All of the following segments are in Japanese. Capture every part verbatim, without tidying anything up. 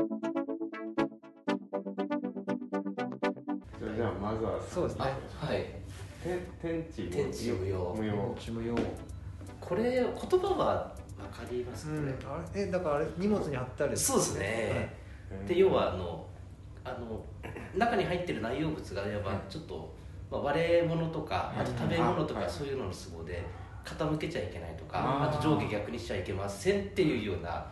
じゃあまずはそうですね。 はい。 天地天地無用。 無用。 天地無用。 これ言葉はわかりますかね。 うん、あれえだからあれ荷物に貼ってある。 そうですね。はい、で要はあのあの中に入ってる内容物がやっぱちょっと、まあ、割れ物とかあと食べ物とかそういうのの都合で傾けちゃいけないとか、あと上下逆にしちゃいけませんっていうような、はい、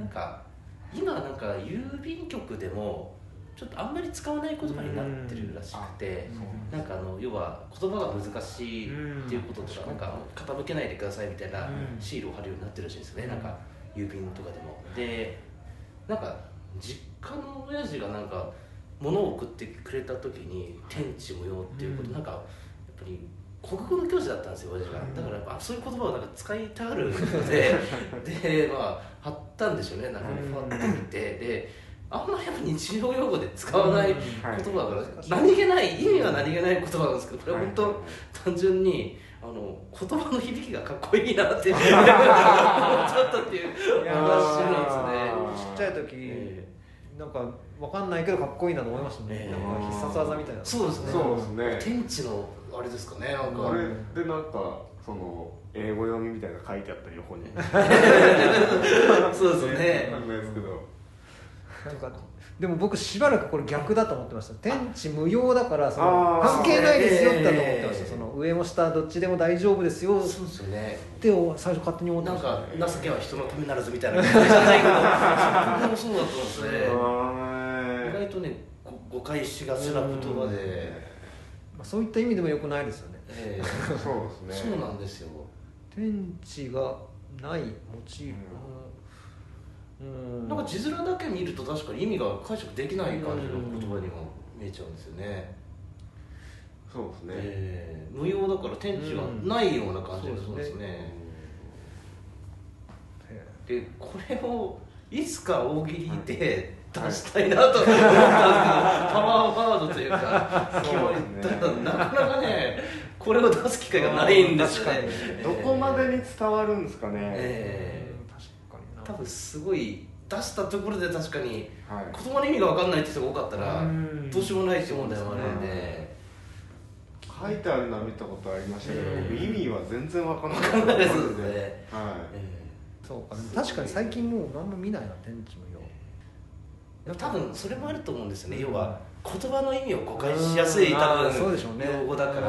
なんか今なんか郵便局でもちょっとあんまり使わない言葉になってるらしくて、なんかあの要は言葉が難しいっていうこととか、なんか傾けないでくださいみたいなシールを貼るようになってるらしいんですよね、なんか郵便とかでも。でなんか実家の親父がなんか物を送ってくれた時に天地無用っていうこと、なんかやっぱり国語の教師だったんですよ親父が。だからやっぱそういう言葉をなんか使いたがるのででまあ貼ったんでしょうね、なんかファッと見て、であんまりやっぱ日常用語で使わない言葉だから、何気ない意味は何気ない言葉なんですけど、これは本当単純にあの言葉の響きがかっこいいなって思っちゃったっていう話なんですね。 ちっちゃい時、えー、なんかわかんないけどかっこいいなと思いましたね、えー、なんか必殺技みたいな。 そうですね、 そうですね、 天地のあれですかね、なんかあれでなんかその英語読みみたいなの書いてあった横にそうですね、 なんですけど、 なんかでも僕しばらくこれ逆だと思ってました。天地無用だからその関係ないですよって思ってました、その上も下どっちでも大丈夫ですよ。 そうですよねって最初勝手に思ってました、 ね、なんか情けは人のためならずみたいな感じじゃないけど僕もそうだと思うんですね意外とね誤解しがちな言葉で、 まあ、そういった意味でも良くないですよね、 えー、 そうですね、 そうなんですよ。 天地がないもちろん、 うん、なんか字面だけ見ると確かに意味が解釈できない感じの言葉にも見えちゃうんですよね。 そうですね、 えー、無用だから天地がないような感じがするんですね、うん、でこれをいつか大喜利で出したいなと思ったんですけど、はい、パワーワードというか決まりただ、ね、なかなかねこれを出す機会がないんですよね。 どこまでに伝わるんですかね、 えー多分すごい出したところで確かに言葉の意味が分かんないって人が多かったらどうしようもないっていう問題もあるんで、 書いてあるのは見たことありましたけど、えー、意味は全然分かんない分かんないですね、はい、 えー、そうか、ね、確かに最近もう何も見ないな天地無用。 多分それもあると思うんですよね、要は言葉の意味を誤解しやすい多分用語だから、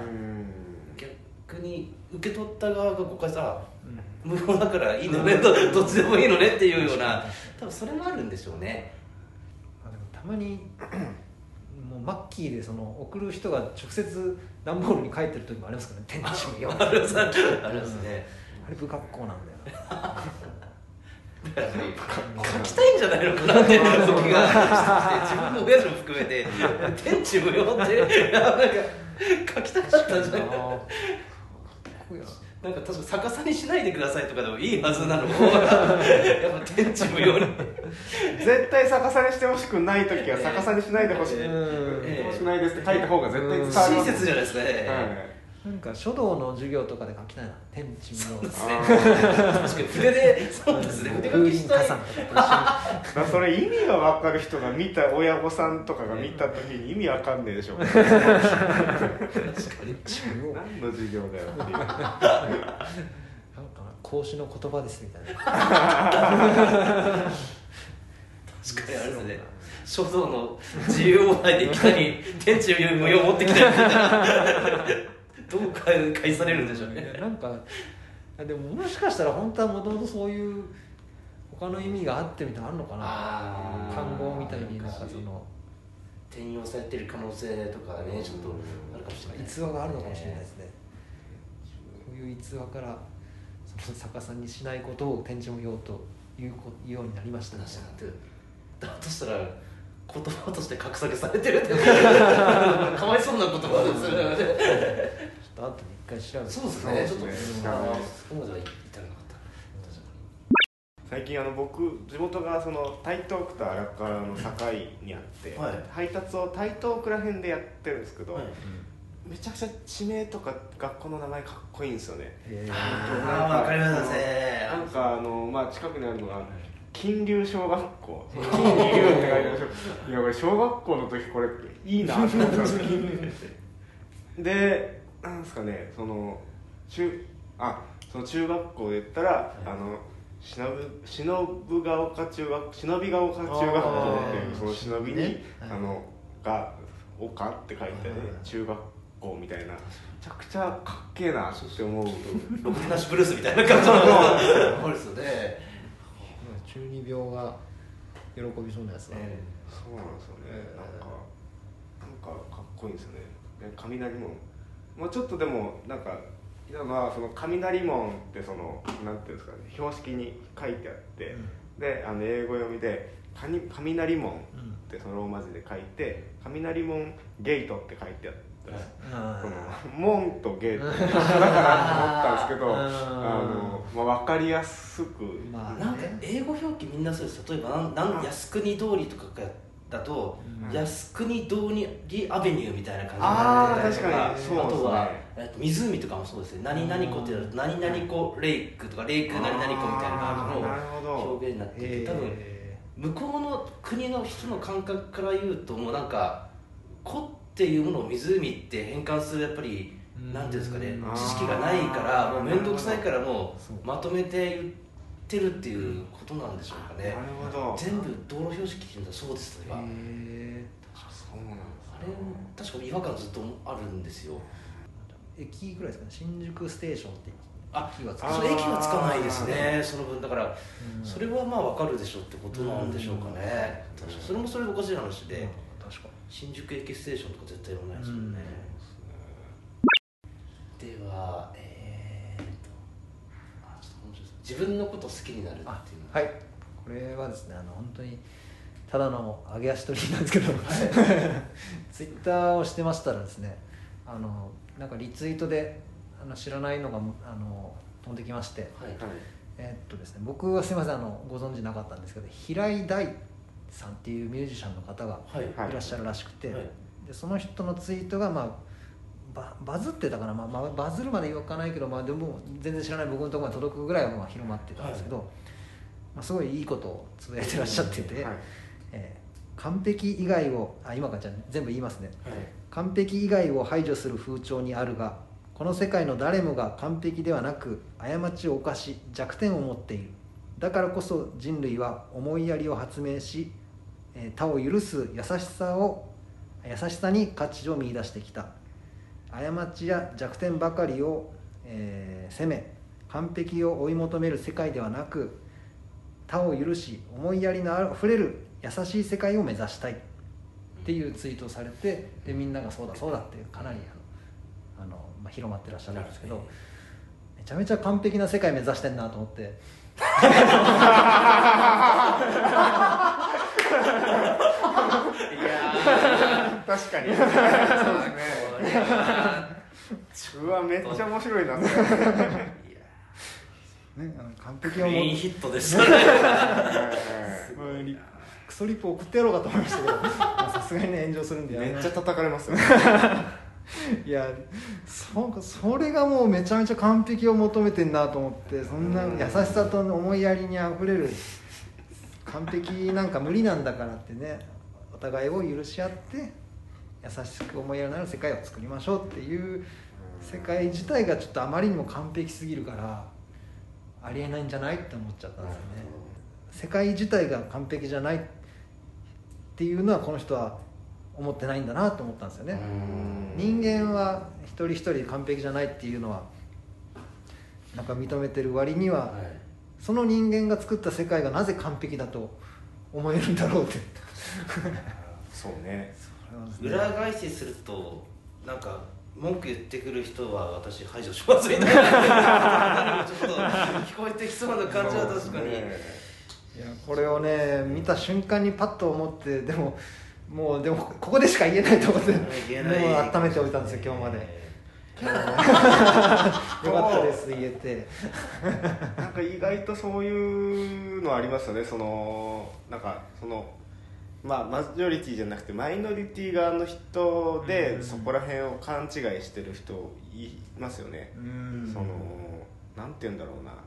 逆に受け取った側が誤解さ無料だからいいのね、どっちでもいいのねっていうような、多分それもあるんでしょうね。 あでもたまにもうマッキーでその送る人が直接段ボールに書いてる時もありますからね、天地無用。 ありますね、あれ不格好なんだよ書きたいんじゃないのかなって時がして自分の親父も含めて天地無用ってなんか書きたかったんじゃないかな。なんか確か逆さにしないでくださいとかでもいいはずなのをやっぱ天地無用に絶対逆さにしてほしくないときは逆さにしないでほしく、えー、欲しくないですって書いた方が絶対伝わる。 親切じゃないですかね、はい、 なんか書道の授業とかで書きたいな、天地無用。 そうですね確かに筆で、そうですね、筆書きしたい。 だそれ意味が分かる人が見た親御さんとかが見た時に意味分かんねえでしょ確かに何の授業だよっていうなんか孔子の言葉ですみたいな確かにあれですね、書道の自由話題でいきなり天地無用持ってきたりどう返されるんでしょうね。 なんかでももしかしたら本当はもともとそういう他の意味があってみたいなのあるのかな、漢語みたいになんかその転用されてる可能性とかね、ちょっとあるかもしれない、 逸話があるのかもしれないですね。こういう逸話からその逆さにしないことを天地無用というようになりましたね。 だとしたら言葉として格下げされてるってかわいそうな言葉ですよね。 ちょっと後で一回調べて。 そうですね、ちょっとそこまでは至らなかった。 最近あの僕地元がその台東区と荒川の境にあって、はい、配達を台東区ら辺でやってるんですけど、はい、めちゃくちゃ地名とか学校の名前かっこいいんですよね。 ああ、わかりますね。 なんかあの、まあ、近くにあるのが金龍小学校金龍って書いてあるいや俺小学校の時これいいなと思ったんですでなんですかねその中あその中学校で言ったら、はい、あの忍ぶ忍ヶ丘中学忍ヶ丘中学校っていうその忍びに、ねはい、あのが丘って書いてある、ね、中学校みたいなめちゃくちゃかっけえなって思うとロクテナシブルースみたいな感じのあれですよね中二病が喜びそうなやつだ、 えー、そうなんですよね、えー、なんかなんかかっこいいんですよね雷門もうちょっとでもなんかまあその雷門ってそのなんていうんですかね標識に書いてあって、うん、であの英語読みで雷門ってそのローマ字で書いて雷門ゲートって書いてあってその門とゲート一緒だからと思ったんですけどあの、まあ、分かりやすく、 まあ、なんか英語表記みんなそうです例えばなんなん靖国通りとかだと、うん、靖国通りアベニューみたいな感じになってたりとか あ, そうです、ね、あとは湖とかもそうですね何々湖ってやると何々湖レイクとかレイク何々湖みたいな感じの表現になっていて多分向こうの国の人の感覚から言うともうなんか湖っていうものを湖って変換するやっぱりなんていうんですかね知識がないからもう面倒くさいからもうまとめて言ってるっていうことなんでしょうかね。 なるほど全部道路標識っていうのはそうですとか。へえ確かそうなんです、ね、 あれ確か違和感ずっとあるんですよ。 駅ぐらいですかね新宿ステーションってあ駅はつかそれ駅はつかないですねその分だからそれはまあ分かるでしょうってことなんでしょうかね。確かそれもそれでおかしい話で確か新宿駅ステーションとか絶対言わないですもんね。ではえー、っとあちょっと面白いです自分のこと好きになるっていうのははいこれはですねあの本当にただの上げ足取りなんですけど、はい、ツイッターをしてましたらですねあのなんかリツイートであの知らないのがあの飛んできまして、はい、えー、っとですね僕はすいませんあのご存知なかったんですけど平井大さんっていうミュージシャンの方がいらっしゃるらしくて、はいはい、でその人のツイートが、まあ、バ, バズってたかな、まあまあ、バズるまで言わないけど、まあ、でも全然知らない僕のところに届くぐらいはまあ広まってたんですけど、はいまあ、すごいいいことをつぶやいてらっしゃってて、はいえー、完璧以外をあ今からじゃあ全部言いますね、はい、完璧以外を排除する風潮にあるがこの世界の誰もが完璧ではなく過ちを犯し弱点を持っているだからこそ人類は思いやりを発明し他を許す優しさを優しさに価値を見出してきた過ちや弱点ばかりを、えー、責め完璧を追い求める世界ではなく他を許し思いやりのあふれる優しい世界を目指したいっていうツイートをされてでみんながそうだそうだっていうかなりあの、まあ、広まってらっしゃるんですけどめちゃめちゃ完璧な世界目指してんなと思っていや確かにそうですねうわめっちゃ面白いなね、 あの完璧をクリーンヒットですねクソリップ送ってやろうかと思いましたけどさすがにね炎上するんでめっちゃ叩かれますよねいや そ, それがもうめちゃめちゃ完璧を求めてんなと思ってそんな優しさと思いやりにあふれる完璧なんか無理なんだからってねお互いを許し合って優しく思いやりのある世界を作りましょうっていう世界自体がちょっとあまりにも完璧すぎるからありえないんじゃないって思っちゃったんですよね。世界自体が完璧じゃないっていうのはこの人は思ってないんだなと思ったんですよね。人間は一人一人完璧じゃないっていうのはなんか認めてる割には、はい、その人間が作った世界がなぜ完璧だと思えるんだろうってそうね裏返しするとなんか文句言ってくる人は私排除しますみたいなちょっと聞こえてきそうな感じは確かに、ね、 いやこれをね見た瞬間にパッと思ってでももうでもここでしか言えないと思ってもう温めておいたんですよ今日までよかったです言えてなんか意外とそういうのありますよねそのなんかそのまあマジョリティじゃなくてマイノリティ側の人で、うん、そこら辺を勘違いしてる人いますよね。うんそのなんて言うんだろうな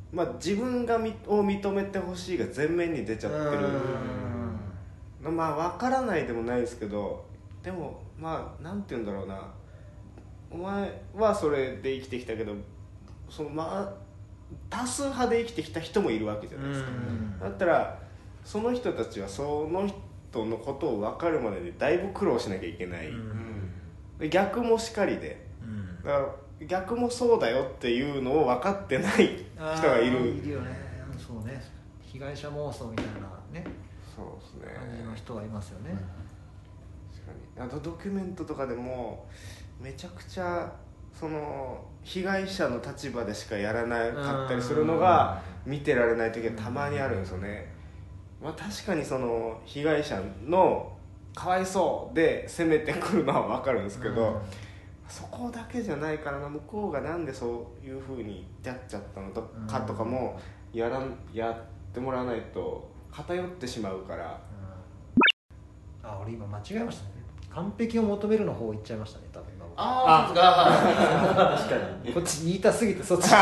まあ、自分がみを認めてほしいが前面に出ちゃってる、まあ分からないでもないですけど、でもまあなんて言うんだろうな、お前はそれで生きてきたけど、そのまあ多数派で生きてきた人もいるわけじゃないですか。だったらその人たちはその人のことを分かるまでにだいぶ苦労しなきゃいけない、で逆もしかりで、だから逆もそうだよっていうのを分かってない人がいる。 いるよね。そうね、被害者妄想みたいなね、 そうですね、 感じの人はいますよね。 確かに。あとドキュメントとかでもめちゃくちゃその被害者の立場でしかやらなかったりするのが見てられない時はたまにあるんですよね。まあ、確かにその被害者のかわいそうで攻めてくるのは分かるんですけど、そこだけじゃないからな、向こうがなんでそういう風にやっちゃったのかとかもやらんやってもらわないと偏ってしまうから。 あ、俺今間違えましたね。完璧を求めるの方行っちゃいましたね、多分今。 ああ、そうですか。確かにこっち言いたすぎてそっち。い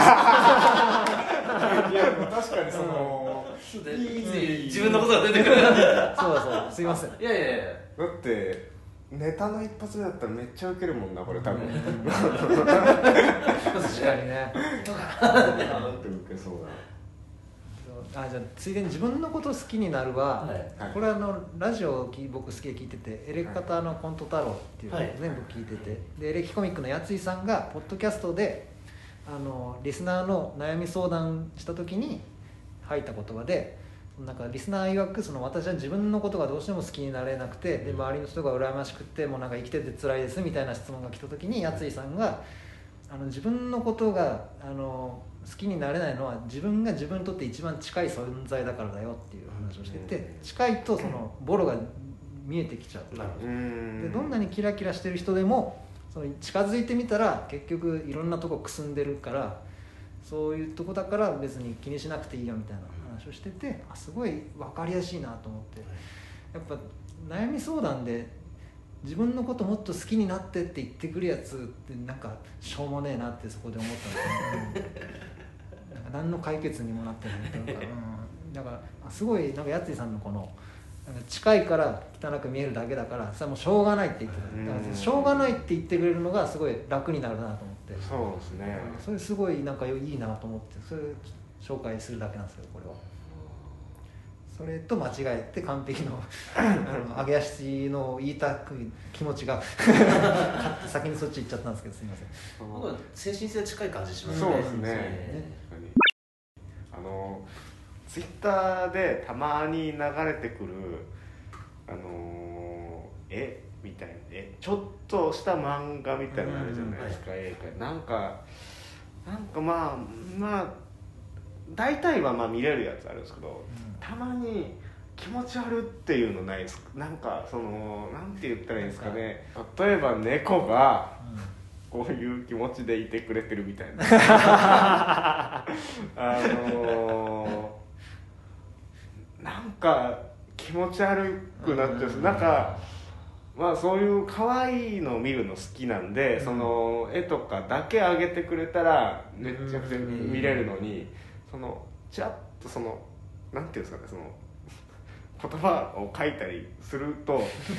やでも確かにその自分のことが出てくる。 そうそう、すいません。 いやいやいや。 だってネタの一発目だったらめっちゃウケるもんな、これ多分。 確かにね。 なんてウケそうだ。 あ、じゃあついでに自分のこと好きになるは、 はい、 これはあのラジオを僕好きで聞いてて、エレカタのコント太郎っていうのを全部聞いてて、はい、でエレキコミックのやついさんがポッドキャストであのリスナーの悩み相談した時に吐いた言葉で、なんかリスナー曰くその私は自分のことがどうしても好きになれなくて、で周りの人が羨ましくてもうなんか生きてて辛いですみたいな質問が来た時に、やついさんがあの自分のことがあの好きになれないのは自分が自分にとって一番近い存在だからだよっていう話をしてて、近いとそのボロが見えてきちゃう。でどんなにキラキラしてる人でもその近づいてみたら結局いろんなとこくすんでるから、そういうとこだから別に気にしなくていいよみたいな話をしてて、あ、すごい分かりやすいなと思って、やっぱ悩み相談で自分のこともっと好きになってって言ってくるやつってなんかしょうもねえなってそこで思ったんですよね。なんか何の解決にもなってないというか、うん、だからすごいなんかやついさんのこのなんか近いから汚く見えるだけだからそれはもうしょうがないって言ってた。だからしょうがないって言ってくれるのがすごい楽になるなと思って。 そうですね。 それすごいなんかいいなと思って、それ紹介するだけなんですけど、これは。それと間違えて完璧のあの揚げ足の言いたく気持ちが先にそっち行っちゃったんですけど、すみません。 僕は精神性近い感じしますね。 そうですね。あのツイッターでたまに流れてくるあの絵みたいな、えちょっとした漫画みたいなのあるじゃないですか、うん、絵描いなんかなんかまあまあ大体はまあ見れるやつあるんですけど、うん、たまに気持ち悪っていうのないですか。なんかそのなんて言ったらいいんですかね、例えば猫がこういう気持ちでいてくれてるみたいなあのー、なんか気持ち悪くなっちゃう。なんかまあそういう可愛いのを見るの好きなんで、うん、その絵とかだけ上げてくれたらめっちゃくちゃ見れるのに、そのちらっとそのなんていうんですかね、その言葉を書いたりすると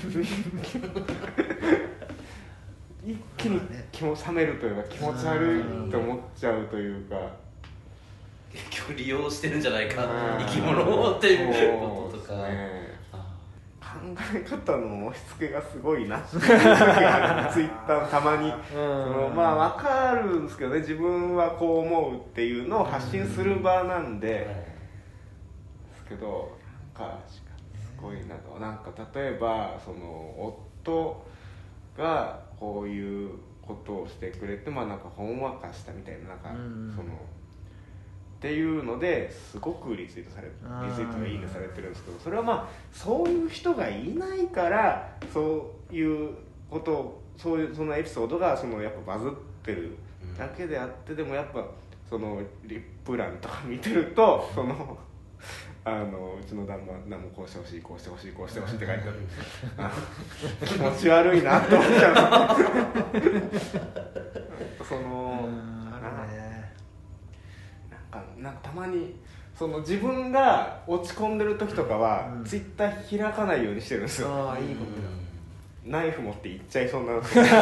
一気に気も冷めるというか気持ち悪いと思っちゃうというか、 結局利用してるんじゃないか生き物をっていうこととか、 考え方の押し付けがすごいなっていう時がツイッターたまにそのまあ分かるんですけどね、自分はこう思うっていうのを発信する場なんで、ですけどなんかすごいなと、なんか例えばその夫がこういうことをしてくれて、まあなんかほんわかしたみたいな、なんかそのっていうのですごくリツイートされリツイートがいいねされてるんですけど、それはまあそういう人がいないからそういうことをそういうそのエピソードがそのやっぱバズってるだけであって、でもやっぱそのリプランとか見てるとそのあのうちの旦那何もこうしてほしいこうしてほしいこうしてほしいって書いてある気持ち悪いなって思っちゃうそのなんかなんかたまにその自分が落ち込んでる時とかは、うん、ツイッター開かないようにしてるんですよ。 ああいいことだ。 ナイフ持って行っちゃいそうなんですよ。言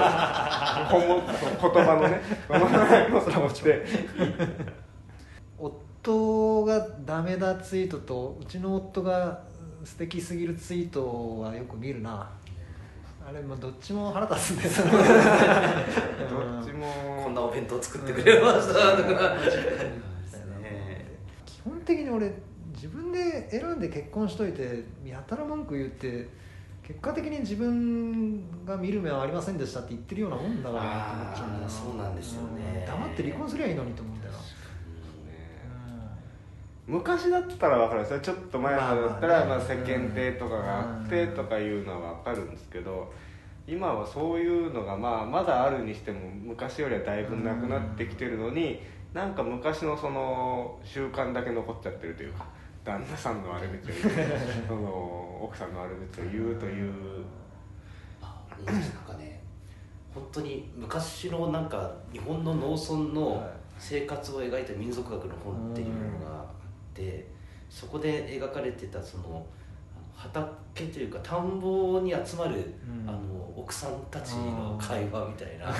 葉のねナイフ持って夫がダメだツイートとうちの夫が素敵すぎるツイートはよく見るな。あれもどっちも腹立つんですよどっちもこんなお弁当作ってくれましたとか基本的に俺自分で選んで結婚しといてやたら文句言って結果的に自分が見る目はありませんでしたって言ってるようなもんだからなって思っちゃうんだよな。 そうなんですよね。 黙って離婚すりゃいいのにと思うんだよな。 昔だったら分かるんですよ。ちょっと前だったらまあ世間体とかがあってとかいうのは分かるんですけど、今はそういうのがまあまだあるにしても昔よりはだいぶなくなってきてるのに、なんか昔のその習慣だけ残っちゃってるというか、旦那さんの悪口を言うその奥さんの悪口を言うというあなんかね本当に昔のなんか日本の農村の生活を描いた民族学の本っていうのがあって、そこで描かれてたその畑というか田んぼに集まる、うん、あの奥さんたちの会話みたいな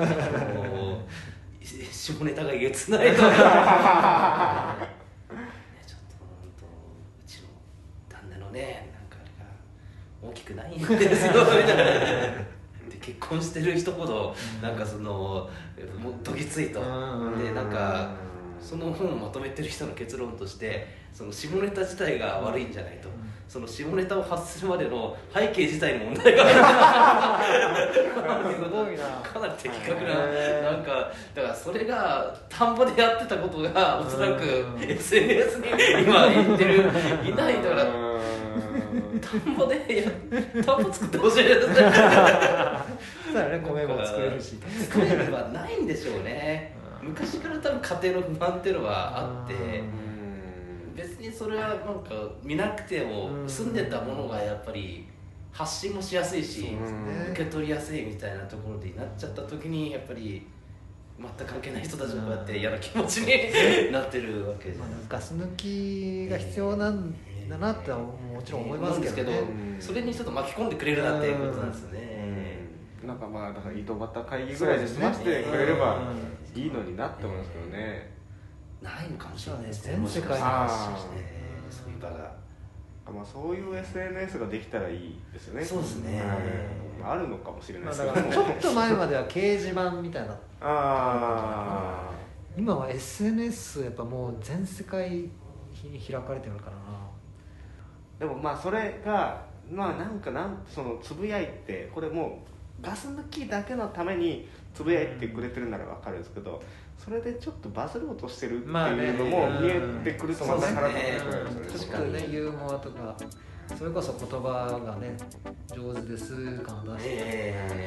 下ネタがえげつないとか、ね、ちょっと本当うちの旦那のねなんかあれが大きくないんですよみたいなで結婚してる人ほどなんかそのもうどぎついとでなんかその本をまとめてる人の結論としてその下ネタ自体が悪いんじゃないと、その下ネタを発するまでの背景自体に問題があるすごいなかなり的確ななんかだからそれが田んぼでやってたことがおそらく エスエヌエス に今言ってるいないだから田んぼでや田んぼ作ってほしいですねそうだね、米も作れるし作れればないんでしょうね。昔から多分家庭の不満っていうのはあって別にそれはなんか見なくても住んでたものがやっぱり発信もしやすいし受け取りやすいみたいなところになっちゃった時にやっぱり全く関係ない人たちがこうやって嫌な気持ちになってるわけです。 ガス抜きが必要なんだなってもちろん思いますけどね、 それにちょっと巻き込んでくれるなっていうことなんですよね。 なんかまあだから井戸端会議ぐらいで済ませてくれればいいのになって思いますけどね。 ないのかもしれないですね。全世界にそういう場が、 まあそういう エスエヌエス ができたらいいですよね。 そうですね。 あるのかもしれないですけど、ちょっと前までは掲示板みたいな。あ今は エスエヌエス やっぱもう全世界に開かれてるからな。 でもまあそれがまあなんかなんそのつぶやいてこれもうガス抜きだけのためにつぶやいてくれてるなら分かるんですけど、それでちょっとバズろうとしてるっていうのも見えてくるとまた腹立つくらいですよね。 ちょっとねユーモアとかそれこそ言葉がね上手です感出して、